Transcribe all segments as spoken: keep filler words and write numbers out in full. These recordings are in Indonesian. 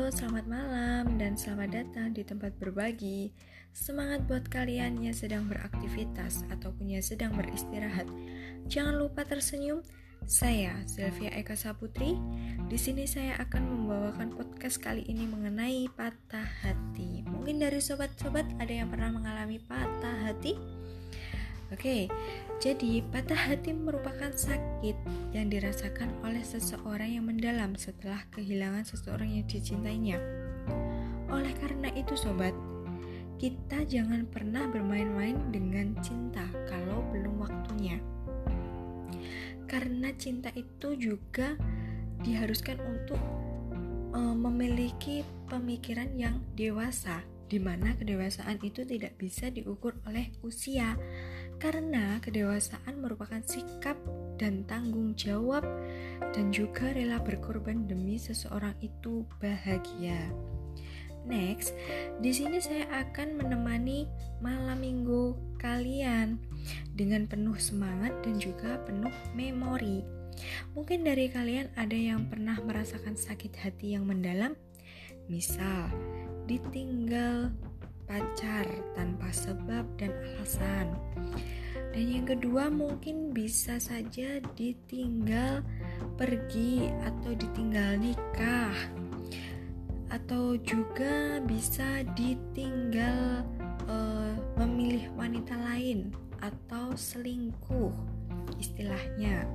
Halo, selamat malam dan selamat datang di tempat berbagi. Semangat buat kalian yang sedang beraktivitas ataupun yang sedang beristirahat. Jangan lupa tersenyum. Saya Sylvia Eka Saputri. Di sini saya akan membawakan podcast kali ini mengenai patah hati. Mungkin dari sobat-sobat ada yang pernah mengalami patah hati? Oke, jadi patah hati merupakan sakit yang dirasakan oleh seseorang yang mendalam setelah kehilangan seseorang yang dicintainya. Oleh karena itu sobat, kita jangan pernah bermain-main dengan cinta kalau belum waktunya. Karena cinta itu juga diharuskan untuk e, memiliki pemikiran yang dewasa, di mana kedewasaan itu tidak bisa diukur oleh usia. Karena kedewasaan merupakan sikap dan tanggung jawab dan juga rela berkorban demi seseorang itu bahagia. Next, di sini saya akan menemani malam minggu kalian dengan penuh semangat dan juga penuh memori. Mungkin dari kalian ada yang pernah merasakan sakit hati yang mendalam, misal ditinggal pacar tanpa sebab dan alasan. Dan yang kedua mungkin bisa saja ditinggal pergi atau ditinggal nikah, atau juga bisa ditinggal uh, memilih wanita lain atau selingkuh istilahnya.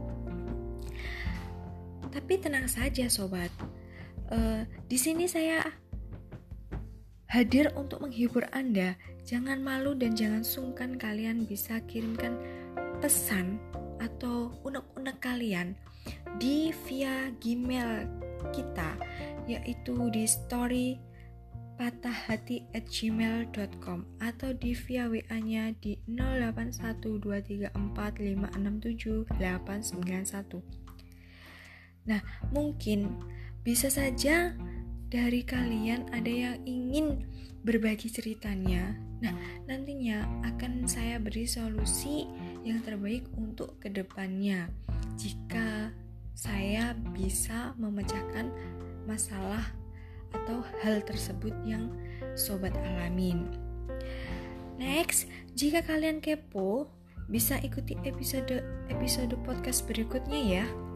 Tapi tenang saja sobat, uh, di sini saya hadir untuk menghibur Anda. Jangan malu dan jangan sungkan, kalian bisa kirimkan pesan atau unek-unek kalian di via Gmail kita, yaitu di story pataghati at gmail dot com atau di via W A-nya di nol delapan satu dua tiga empat lima enam tujuh delapan sembilan satu. Nah, mungkin bisa saja dari kalian ada yang ingin berbagi ceritanya. Nah, nantinya akan saya beri solusi yang terbaik untuk kedepannya jika saya bisa memecahkan masalah atau hal tersebut yang sobat alamin. Next, jika kalian kepo, bisa ikuti episode episode podcast berikutnya ya.